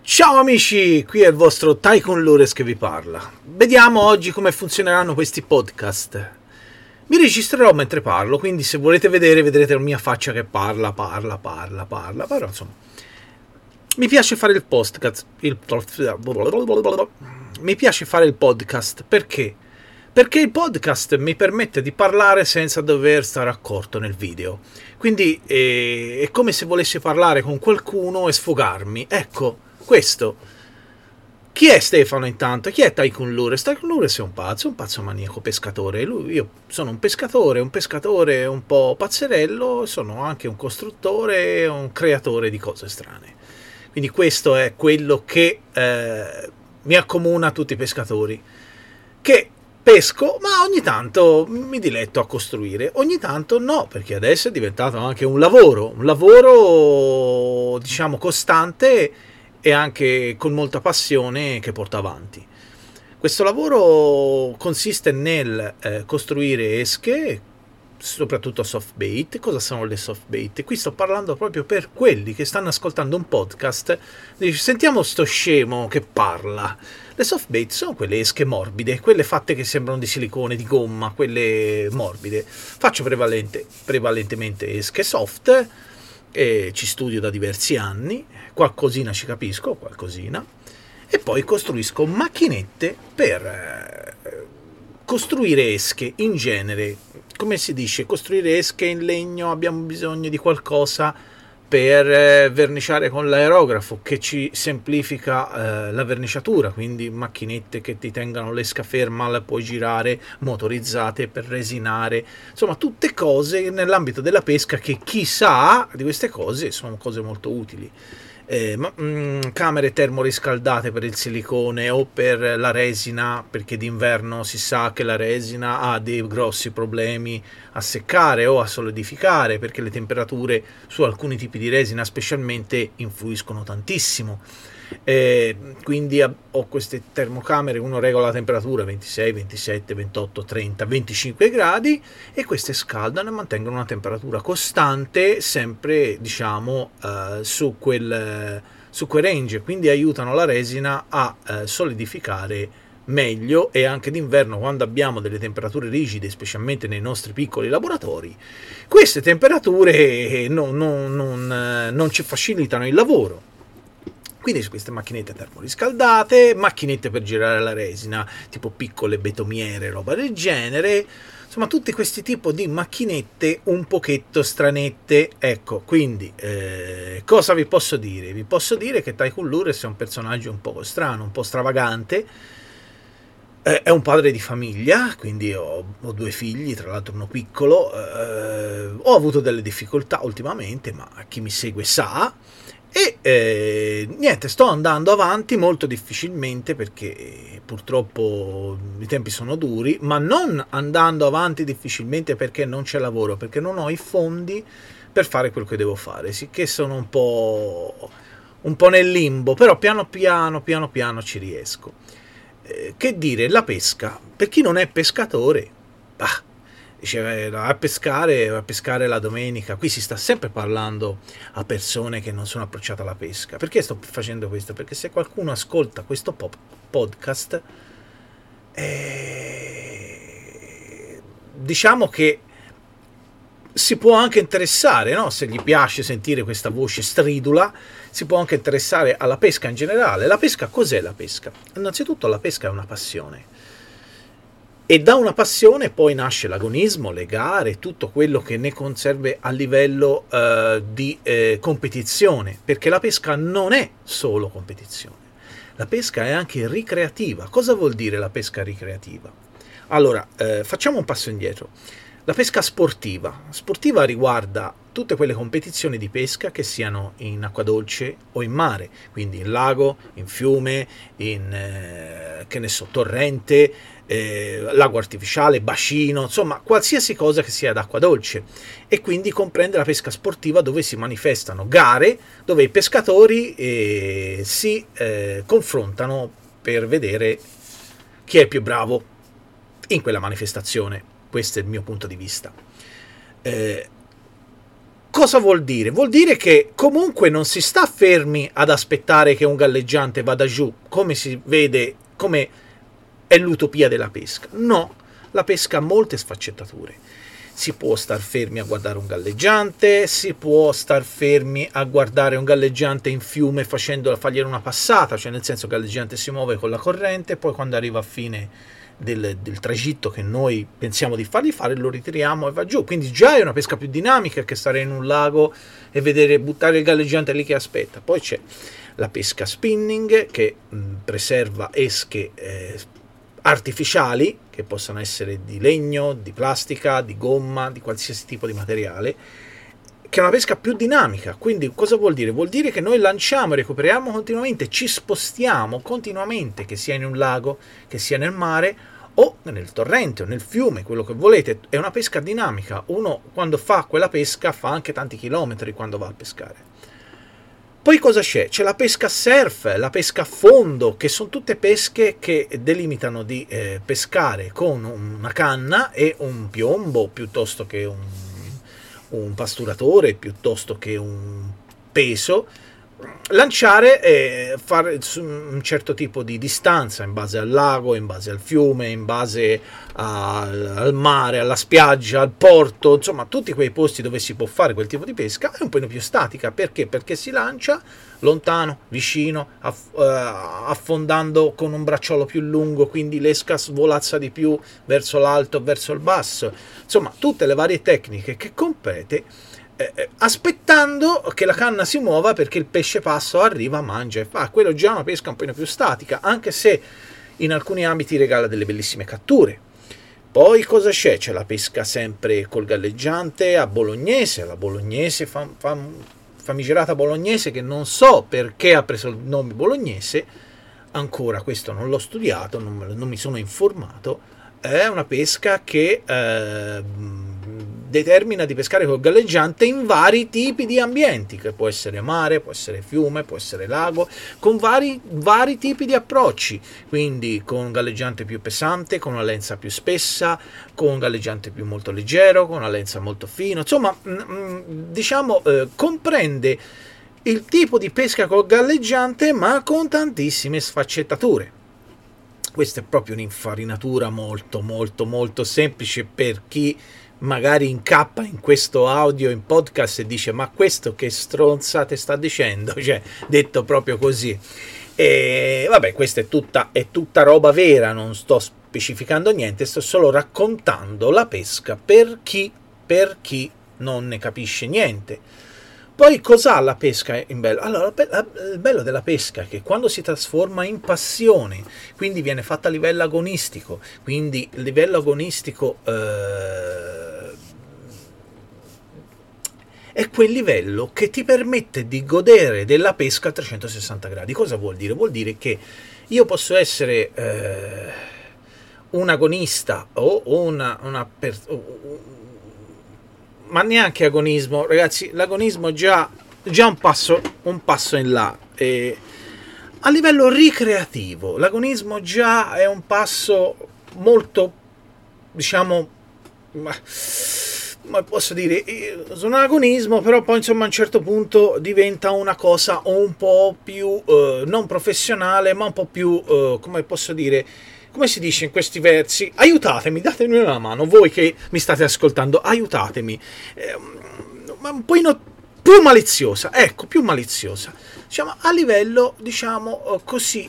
Ciao amici, qui è il vostro Tycoon Lures che vi parla. Vediamo oggi come funzioneranno questi podcast. Mi registrerò mentre parlo, quindi se volete vedere vedrete la mia faccia che parla, però insomma. Mi piace fare il podcast. Mi piace fare il podcast perché? Perché il podcast mi permette di parlare senza dover stare accorto nel video. Quindi è come se volessi parlare con qualcuno e sfogarmi. Ecco, questo. Chi è Stefano intanto? Chi è Tycoon Lures? Tycoon Lures è un pazzo maniaco pescatore. Io sono un pescatore un po' pazzerello, sono anche un costruttore, un creatore di cose strane. Quindi questo è quello che mi accomuna a tutti i pescatori. Che pesco, ma ogni tanto mi diletto a costruire, ogni tanto no, perché adesso è diventato anche un lavoro diciamo costante e anche con molta passione che porto avanti. Questo lavoro consiste nel costruire esche, soprattutto soft bait. Cosa sono le soft bait? Qui sto parlando proprio per quelli che stanno ascoltando un podcast. Dici, sentiamo sto scemo che parla. Le soft bait sono quelle esche morbide, quelle fatte che sembrano di silicone, di gomma, quelle morbide. Faccio prevalentemente esche soft, e ci studio da diversi anni, qualcosina ci capisco, qualcosina, e poi costruisco macchinette per costruire esche in genere. Come si dice, costruire esche in legno abbiamo bisogno di qualcosa per verniciare con l'aerografo che ci semplifica la verniciatura, quindi macchinette che ti tengano l'esca ferma, la puoi girare, motorizzate per resinare, insomma tutte cose nell'ambito della pesca che chi sa di queste cose sono cose molto utili. Camere termoriscaldate per il silicone o per la resina, perché d'inverno si sa che la resina ha dei grossi problemi a seccare o a solidificare, perché le temperature su alcuni tipi di resina specialmente influiscono tantissimo. Quindi ho queste termocamere, uno regola la temperatura 26, 27, 28, 30, 25 gradi e queste scaldano e mantengono una temperatura costante sempre diciamo su quel range, quindi aiutano la resina a solidificare meglio, e anche d'inverno quando abbiamo delle temperature rigide, specialmente nei nostri piccoli laboratori, queste temperature non ci facilitano il lavoro. Quindi su queste macchinette termoriscaldate, macchinette per girare la resina, tipo piccole betomiere, roba del genere, insomma tutti questi tipi di macchinette un pochetto stranette. Ecco, quindi cosa vi posso dire? Vi posso dire che Tycoon Lures è un personaggio un po' strano, un po' stravagante. È un padre di famiglia, quindi ho 2 figli, tra l'altro uno piccolo. Ho avuto delle difficoltà ultimamente, ma chi mi segue sa. E niente, sto andando avanti molto difficilmente perché purtroppo i tempi sono duri, ma non andando avanti difficilmente perché non c'è lavoro, perché non ho i fondi per fare quello che devo fare, sicché sono un po' nel limbo, però piano piano ci riesco. Che dire, la pesca, per chi non è pescatore, dice a pescare la domenica. Qui si sta sempre parlando a persone che non sono approcciate alla pesca. Perché sto facendo questo? Perché se qualcuno ascolta questo podcast, diciamo che si può anche interessare, no? Se gli piace sentire questa voce stridula, si può anche interessare alla pesca in generale. La pesca, cos'è la pesca? Innanzitutto la pesca è una passione. E da una passione poi nasce l'agonismo, le gare, tutto quello che ne conserve a livello di competizione, perché la pesca non è solo competizione, la pesca è anche ricreativa. Cosa vuol dire la pesca ricreativa? Allora, facciamo un passo indietro. La pesca sportiva riguarda tutte quelle competizioni di pesca che siano in acqua dolce o in mare, quindi in lago, in fiume, in che ne so, torrente, lago artificiale, bacino, insomma qualsiasi cosa che sia d'acqua dolce, e quindi comprende la pesca sportiva dove si manifestano gare dove i pescatori si confrontano per vedere chi è il più bravo in quella manifestazione. Questo è il mio punto di vista. Cosa vuol dire? Vuol dire che comunque non si sta fermi ad aspettare che un galleggiante vada giù, come si vede, come è l'utopia della pesca. No, la pesca ha molte sfaccettature. Si può star fermi a guardare un galleggiante, si può star fermi a guardare un galleggiante in fiume fargli una passata, cioè nel senso che il galleggiante si muove con la corrente, poi quando arriva a fine del tragitto che noi pensiamo di fargli fare lo ritiriamo e va giù. Quindi già è una pesca più dinamica che stare in un lago e vedere buttare il galleggiante lì che aspetta. Poi c'è la pesca spinning che preserva esche artificiali che possano essere di legno, di plastica, di gomma, di qualsiasi tipo di materiale, che è una pesca più dinamica. Quindi cosa vuol dire? Vuol dire che noi lanciamo e recuperiamo continuamente, ci spostiamo continuamente, che sia in un lago, che sia nel mare o nel torrente o nel fiume, quello che volete. È una pesca dinamica. Uno quando fa quella pesca fa anche tanti chilometri quando va a pescare. Poi cosa c'è? C'è la pesca surf, la pesca a fondo, che sono tutte pesche che delimitano di pescare con una canna e un piombo piuttosto che un pasturatore, piuttosto che un peso, lanciare e fare un certo tipo di distanza in base al lago, in base al fiume, in base al mare, alla spiaggia, al porto, insomma tutti quei posti dove si può fare quel tipo di pesca. È un po' più statica. Perché? Perché si lancia lontano, vicino, affondando con un bracciolo più lungo, quindi l'esca svolazza di più verso l'alto, verso il basso, insomma tutte le varie tecniche che complete, aspettando che la canna si muova perché il pesce passo arriva, mangia e fa. Quello già è una pesca un po' più statica, anche se in alcuni ambiti regala delle bellissime catture. Poi cosa c'è? C'è la pesca sempre col galleggiante a bolognese, la bolognese famigerata bolognese, che non so perché ha preso il nome bolognese, ancora questo non l'ho studiato, non mi sono informato. È una pesca che determina di pescare col galleggiante in vari tipi di ambienti, che può essere mare, può essere fiume, può essere lago, con vari tipi di approcci, quindi con un galleggiante più pesante, con una lenza più spessa, con un galleggiante più molto leggero, con una lenza molto fino, insomma diciamo comprende il tipo di pesca col galleggiante ma con tantissime sfaccettature. Questa è proprio un'infarinatura molto molto molto semplice per chi magari incappa in questo audio in podcast e dice: ma questo che stronzate sta dicendo? Cioè, detto proprio così. E vabbè, questa è tutta roba vera, non sto specificando niente, sto solo raccontando la pesca per chi non ne capisce niente. Poi cos'ha la pesca in bello? Allora, il bello della pesca è che quando si trasforma in passione, quindi viene fatta a livello agonistico, quindi il livello agonistico è quel livello che ti permette di godere della pesca a 360 gradi. Cosa vuol dire? Vuol dire che io posso essere un agonista o ma neanche agonismo, ragazzi, l'agonismo già un passo in là. A livello ricreativo l'agonismo già è un passo molto, diciamo, ma posso dire, sono un agonismo, però poi insomma a un certo punto diventa una cosa un po' più non professionale, ma un po' più come posso dire, come si dice in questi versi, aiutatemi, datemi una mano, voi che mi state ascoltando, aiutatemi, ma un po' più maliziosa, ecco, più maliziosa, diciamo, a livello, diciamo, così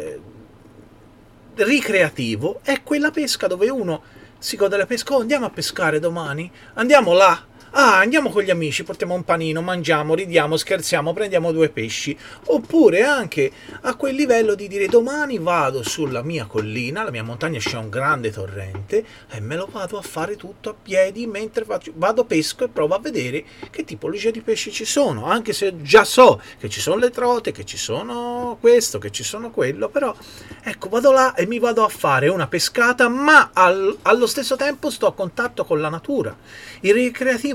ricreativo, è quella pesca dove uno si gode la pesca. Oh, andiamo a pescare domani? Andiamo là? Ah, andiamo con gli amici, portiamo un panino, mangiamo, ridiamo, scherziamo, prendiamo 2 pesci. Oppure anche a quel livello di dire: domani vado sulla mia collina, la mia montagna, c'è un grande torrente e me lo vado a fare tutto a piedi mentre vado pesco e provo a vedere che tipologia di pesci ci sono, anche se già so che ci sono le trote, che ci sono questo, che ci sono quello, però ecco, vado là e mi vado a fare una pescata, ma allo stesso tempo sto a contatto con la natura. Il ricreativo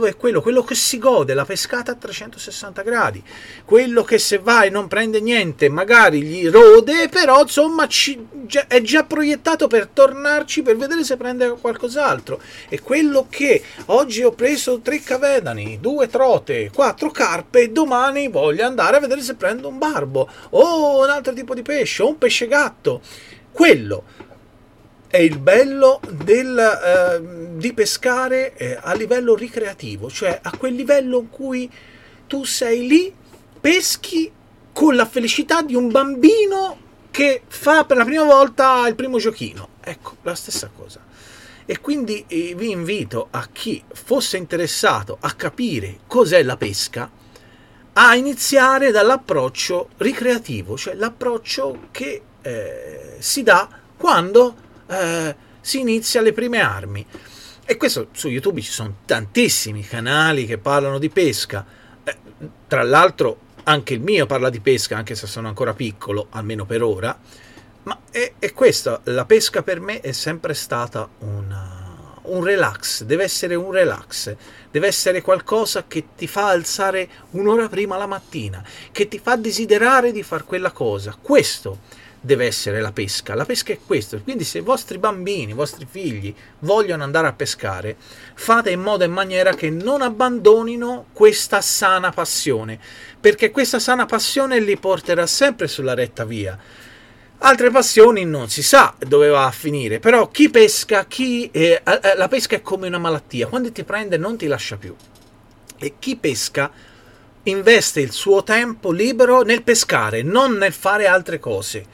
ricreativo è quello che si gode, la pescata a 360 gradi, quello che se vai non prende niente, magari gli rode, però insomma è già proiettato per tornarci per vedere se prende qualcos'altro. È quello che oggi ho preso 3 cavedani, 2 trote, 4 carpe e domani voglio andare a vedere se prendo un barbo o un altro tipo di pesce o un pesce gatto. Quello è il bello di pescare a livello ricreativo, cioè a quel livello in cui tu sei lì, peschi con la felicità di un bambino che fa per la prima volta il primo giochino. Ecco, la stessa cosa. E quindi vi invito a chi fosse interessato a capire cos'è la pesca a iniziare dall'approccio ricreativo, cioè l'approccio che si dà quando si inizia le prime armi. E questo su YouTube ci sono tantissimi canali che parlano di pesca, tra l'altro anche il mio parla di pesca, anche se sono ancora piccolo, almeno per ora. Ma è questo, la pesca per me è sempre stata un relax, deve essere un relax, deve essere qualcosa che ti fa alzare un'ora prima la mattina, che ti fa desiderare di fare quella cosa. Questo deve essere la pesca è questo. Quindi se i vostri bambini, i vostri figli vogliono andare a pescare, fate in modo e maniera che non abbandonino questa sana passione, perché questa sana passione li porterà sempre sulla retta via. Altre passioni non si sa dove va a finire, però chi pesca, la pesca è come una malattia, quando ti prende non ti lascia più. E chi pesca investe il suo tempo libero nel pescare, non nel fare altre cose.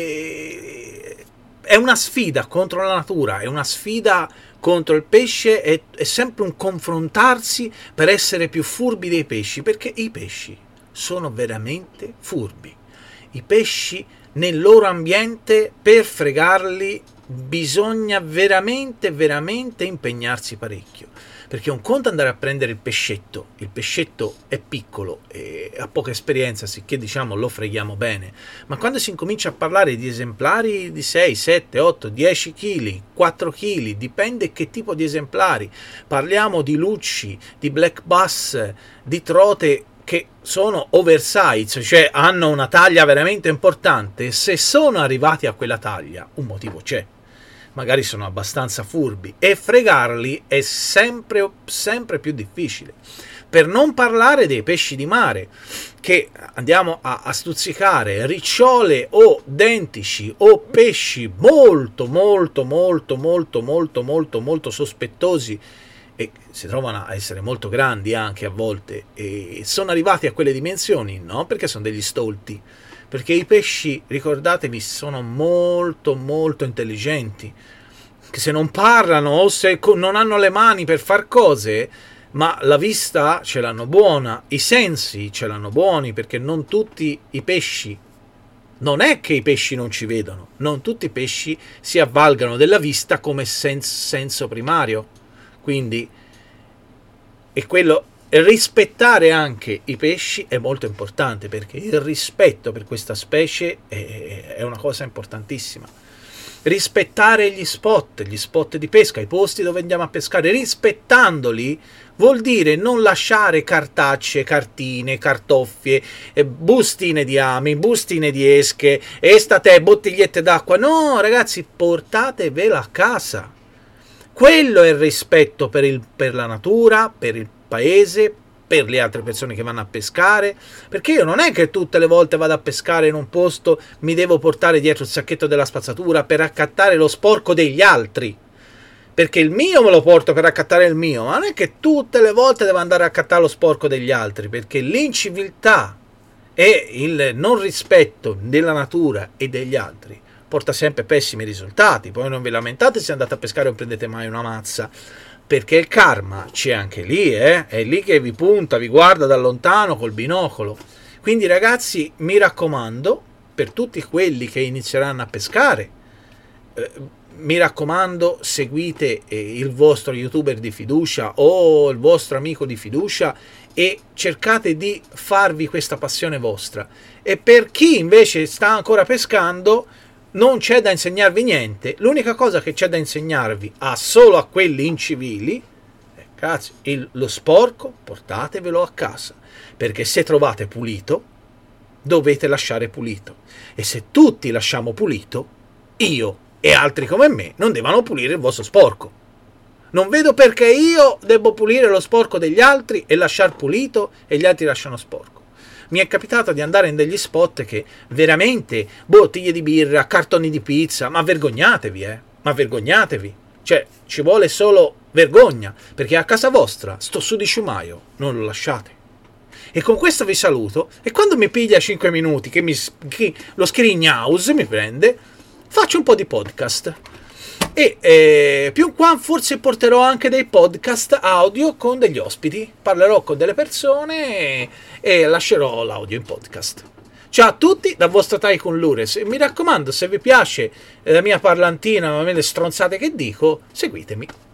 È una sfida contro la natura, è una sfida contro il pesce, è sempre un confrontarsi per essere più furbi dei pesci, perché i pesci sono veramente furbi. I pesci nel loro ambiente, per fregarli bisogna veramente impegnarsi parecchio, perché un conto andare a prendere il pescetto è piccolo e ha poca esperienza, sicché diciamo lo freghiamo bene, ma quando si incomincia a parlare di esemplari di 6, 7, 8, 10 kg, 4 kg, dipende che tipo di esemplari, parliamo di lucci, di black bass, di trote che sono oversize, cioè hanno una taglia veramente importante. Se sono arrivati a quella taglia, un motivo c'è, magari sono abbastanza furbi, e fregarli è sempre più difficile. Per non parlare dei pesci di mare, che andiamo a stuzzicare, ricciole o dentici o pesci molto sospettosi, e si trovano a essere molto grandi anche a volte, e sono arrivati a quelle dimensioni non perché sono degli stolti, perché i pesci, ricordatevi, sono molto intelligenti, che se non parlano o se non hanno le mani per far cose, ma la vista ce l'hanno buona, i sensi ce l'hanno buoni, perché non tutti i pesci, non è che i pesci non ci vedono, non tutti i pesci si avvalgano della vista come senso primario. Quindi rispettare anche i pesci è molto importante, perché il rispetto per questa specie è una cosa importantissima. Rispettare gli spot di pesca, i posti dove andiamo a pescare, rispettandoli vuol dire non lasciare cartacce, cartine, cartoffie, bustine di ami, bustine di esche, bottigliette d'acqua. No, ragazzi, portatevela a casa. Quello è il rispetto per la natura, per il paese, per le altre persone che vanno a pescare, perché io non è che tutte le volte vado a pescare in un posto mi devo portare dietro il sacchetto della spazzatura per raccattare lo sporco degli altri, perché il mio me lo porto per raccattare il mio, ma non è che tutte le volte devo andare a raccattare lo sporco degli altri, perché l'inciviltà e il non rispetto della natura e degli altri porta sempre pessimi risultati. Poi non vi lamentate se andate a pescare e non prendete mai una mazza, perché il karma c'è anche lì, è lì che vi punta, vi guarda da lontano col binocolo. Quindi ragazzi, mi raccomando, per tutti quelli che inizieranno a pescare, mi raccomando, seguite il vostro youtuber di fiducia o il vostro amico di fiducia e cercate di farvi questa passione vostra. E per chi invece sta ancora pescando, non c'è da insegnarvi niente. L'unica cosa che c'è da insegnarvi solo a quelli incivili Ragazzi, lo sporco portatevelo a casa, perché se trovate pulito, dovete lasciare pulito. E se tutti lasciamo pulito, io e altri come me non devono pulire il vostro sporco. Non vedo perché io devo pulire lo sporco degli altri e lasciar pulito e gli altri lasciano sporco. Mi è capitato di andare in degli spot che veramente bottiglie di birra, cartoni di pizza, ma vergognatevi, ma vergognatevi. Cioè, ci vuole solo vergogna, perché a casa vostra sto sudiciumaio non lo lasciate. E con questo vi saluto, e quando mi piglia 5 minuti che lo screen house mi prende, faccio un po' di podcast. E più qua forse porterò anche dei podcast audio con degli ospiti, parlerò con delle persone e lascerò l'audio in podcast. Ciao a tutti da vostro Tycoon Lures, e mi raccomando, se vi piace la mia parlantina, le stronzate che dico, seguitemi.